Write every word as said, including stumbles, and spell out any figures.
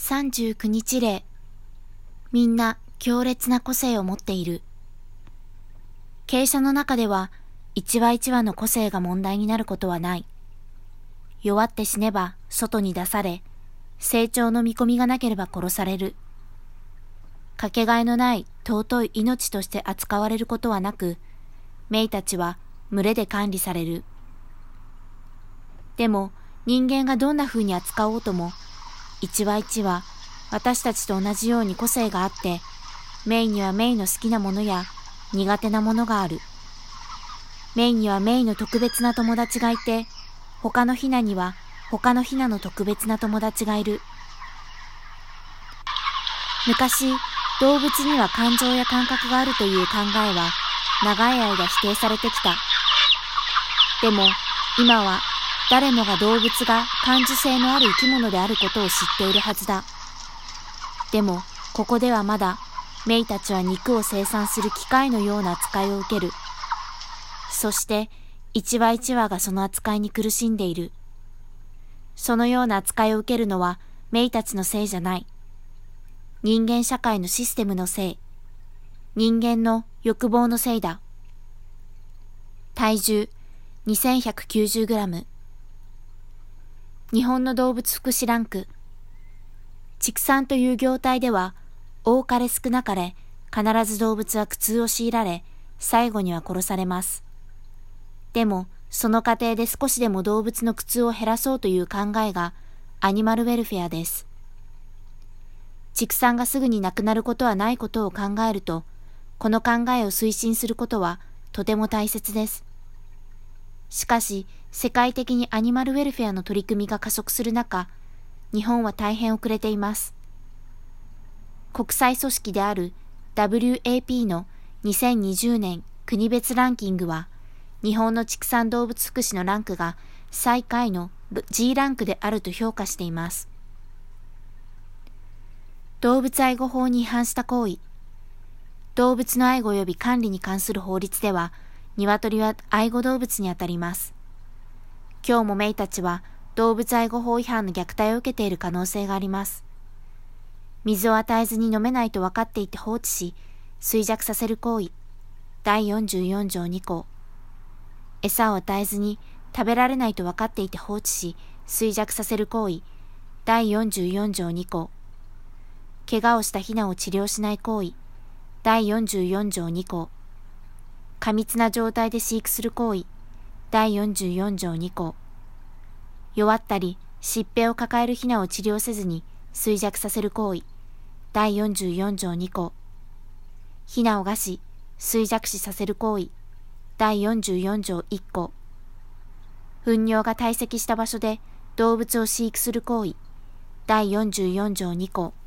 さんじゅうくにち例。みんな強烈な個性を持っている。傾斜の中では一話一話の個性が問題になることはない。弱って死ねば外に出され、成長の見込みがなければ殺される。かけがえのない尊い命として扱われることはなく、メイたちは群れで管理される。でも人間がどんな風に扱おうとも、一話一話私たちと同じように個性があって、メイにはメイの好きなものや苦手なものがある。メイにはメイの特別な友達がいて、他のヒナには他のヒナの特別な友達がいる。昔、動物には感情や感覚があるという考えは長い間否定されてきた。でも今は誰もが動物が感受性のある生き物であることを知っているはずだ。でもここではまだメイたちは肉を生産する機械のような扱いを受ける。そして一羽一羽がその扱いに苦しんでいる。そのような扱いを受けるのはメイたちのせいじゃない。人間社会のシステムのせい。人間の欲望のせいだ。体重 にせんひゃくきゅうじゅうグラム。日本の動物福祉ランク。畜産という業態では多かれ少なかれ必ず動物は苦痛を強いられ、最後には殺されます。でもその過程で少しでも動物の苦痛を減らそうという考えがアニマルウェルフェアです。畜産がすぐになくなることはないことを考えると、この考えを推進することはとても大切です。しかし世界的にアニマルウェルフェアの取り組みが加速する中、日本は大変遅れています。国際組織である ダブリューエーピー のにせんにじゅうねん国別ランキングは、日本の畜産動物福祉のランクが最下位の ジー ランクであると評価しています。動物愛護法に違反した行為。動物の愛護及び管理に関する法律では、鶏は愛護動物にあたります。今日もメイたちは動物愛護法違反の虐待を受けている可能性があります。水を与えずに飲めないと分かっていて放置し、衰弱させる行為。だいよんじゅうよんじょうにこう。餌を与えずに食べられないと分かっていて放置し、衰弱させる行為。だいよんじゅうよんじょうにこう。怪我をしたヒナを治療しない行為。だいよんじゅうよんじょうにこう。過密な状態で飼育する行為。だいよんじゅうよんじょうにこう。弱ったり疾病を抱えるヒナを治療せずに衰弱させる行為。だいよんじゅうよんじょうにこう。ヒナを餓死、衰弱死させる行為。だいよんじゅうよんじょういっこう。糞尿が堆積した場所で動物を飼育する行為。だいよんじゅうよんじょうにこ